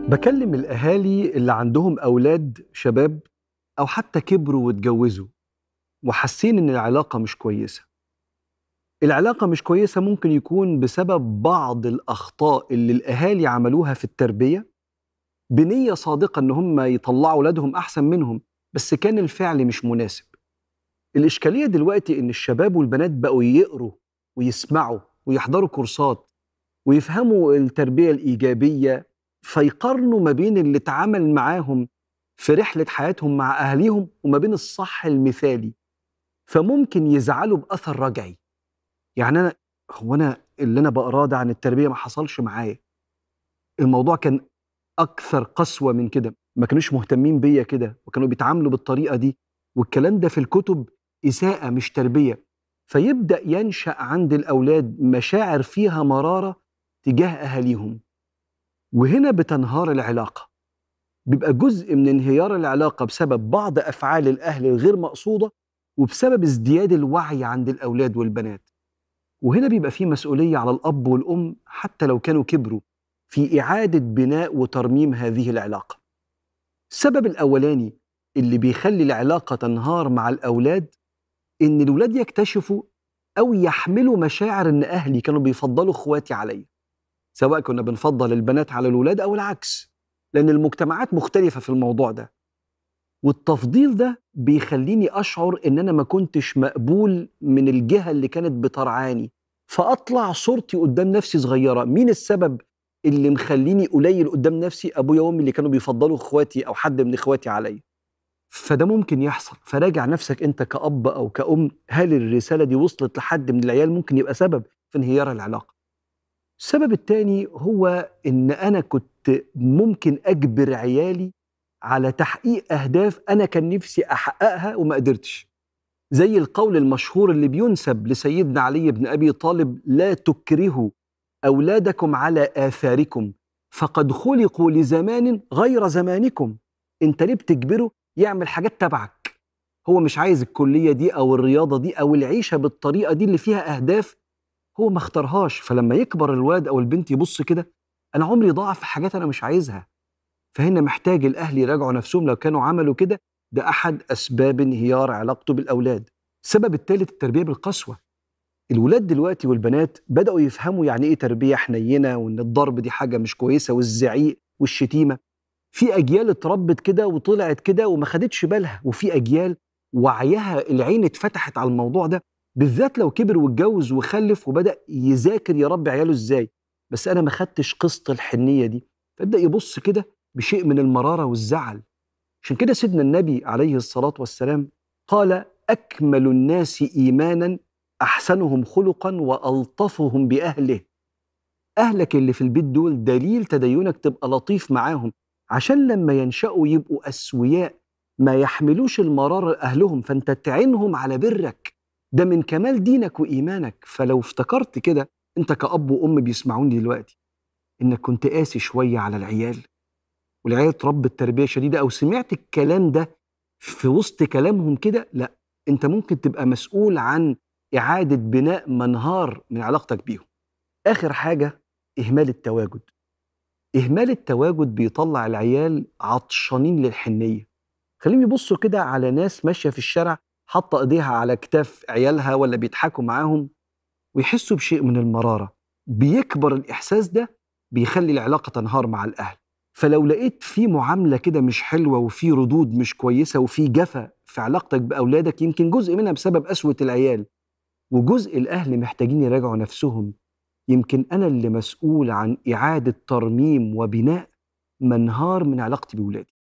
بكلم الأهالي اللي عندهم أولاد شباب أو حتى كبروا واتجوزوا وحاسين إن العلاقة مش كويسة. العلاقة مش كويسة ممكن يكون بسبب بعض الأخطاء اللي الأهالي عملوها في التربية بنية صادقة إن هم يطلعوا أولادهم أحسن منهم، بس كان الفعل مش مناسب. الإشكالية دلوقتي إن الشباب والبنات بقوا يقروا ويسمعوا ويحضروا كورسات ويفهموا التربية الإيجابية، فيقارنوا ما بين اللي اتعامل معاهم في رحلة حياتهم مع أهليهم وما بين الصح المثالي، فممكن يزعلوا بأثر رجعي. يعني هو أنا اللي أنا بقراه ده عن التربية ما حصلش معايا، الموضوع كان أكثر قسوة من كده، ما كانوش مهتمين بيا كده وكانوا بيتعاملوا بالطريقة دي، والكلام ده في الكتب إساءة مش تربية. فيبدأ ينشأ عند الأولاد مشاعر فيها مرارة تجاه أهاليهم، وهنا بتنهار العلاقة. بيبقى جزء من انهيار العلاقة بسبب بعض أفعال الأهل الغير مقصودة وبسبب ازدياد الوعي عند الأولاد والبنات. وهنا بيبقى فيه مسؤولية على الأب والأم حتى لو كانوا كبروا في إعادة بناء وترميم هذه العلاقة. السبب الأولاني اللي بيخلي العلاقة تنهار مع الأولاد إن الأولاد يكتشفوا أو يحملوا مشاعر إن أهلي كانوا بيفضلوا إخواتي عليا، سواء كنا بنفضل البنات على الولاد أو العكس، لأن المجتمعات مختلفة في الموضوع ده. والتفضيل ده بيخليني أشعر إن أنا ما كنتش مقبول من الجهة اللي كانت بترعاني، فأطلع صورتي قدام نفسي صغيرة. مين السبب اللي مخليني قليل قدام نفسي؟ أبويا وأمي اللي كانوا بيفضلوا إخواتي أو حد من إخواتي عليا. فده ممكن يحصل، فراجع نفسك أنت كأب أو كأم، هل الرسالة دي وصلت لحد من العيال؟ ممكن يبقى سبب في انهيار العلاقة. السبب التاني هو إن أنا كنت ممكن أجبر عيالي على تحقيق أهداف أنا كان نفسي أحققها وما قدرتش، زي القول المشهور اللي بينسب لسيدنا علي بن أبي طالب: لا تكرهوا أولادكم على آثاركم فقد خلقوا لزمان غير زمانكم. أنت ليه بتجبره يعمل حاجات تبعك؟ هو مش عايز الكلية دي أو الرياضة دي أو العيشة بالطريقة دي اللي فيها أهداف هو ما اختارهاش. فلما يكبر الولد او البنت يبص كده: انا عمري ضاع في حاجات انا مش عايزها. فهنا محتاج الاهل يراجعوا نفسهم لو كانوا عملوا كده. ده احد اسباب انهيار علاقته بالاولاد. السبب الثالث التربيه بالقسوه. الولاد دلوقتي والبنات بداوا يفهموا يعني ايه تربيه حنينه، وان الضرب دي حاجه مش كويسه، والزعيق والشتيمه. في اجيال اتربت كده وطلعت كده وما خدتش بالها، وفي اجيال وعيها العين اتفتحت على الموضوع ده، بالذات لو كبر واتجوز وخلف وبدأ يذاكر يربي عياله ازاي. بس انا ما خدتش قسط الحنية دي، فبدأ يبص كده بشيء من المرارة والزعل. عشان كده سيدنا النبي عليه الصلاة والسلام قال: أكمل الناس إيمانا أحسنهم خلقا وألطفهم بأهله. أهلك اللي في البيت دول دليل تدينك، تبقى لطيف معاهم عشان لما ينشأوا يبقوا أسوياء، ما يحملوش المرار أهلهم، فأنت تعينهم على برك. ده من كمال دينك وإيمانك. فلو افتكرت كده أنت كأب وأم بيسمعوني دلوقتي، إنك كنت قاسي شوية على العيال والعيال اتربت تربية شديدة، أو سمعت الكلام ده في وسط كلامهم كده، لا، أنت ممكن تبقى مسؤول عن إعادة بناء منهار من علاقتك بيهم. آخر حاجة: إهمال التواجد. إهمال التواجد بيطلع العيال عطشانين للحنية. خليهم يبصوا كده على ناس ماشية في الشارع حاطة إيديها على كتاف عيالها ولا بيضحكوا معاهم ويحسوا بشيء من المرارة. بيكبر الإحساس ده، بيخلي العلاقة تنهار مع الأهل. فلو لقيت في معاملة كده مش حلوة وفي ردود مش كويسة وفي جفا في علاقتك بأولادك، يمكن جزء منها بسبب قسوة العيال، وجزء الأهل محتاجين يراجعوا نفسهم. يمكن أنا اللي مسؤول عن إعادة ترميم وبناء منهار من علاقتي بولادي.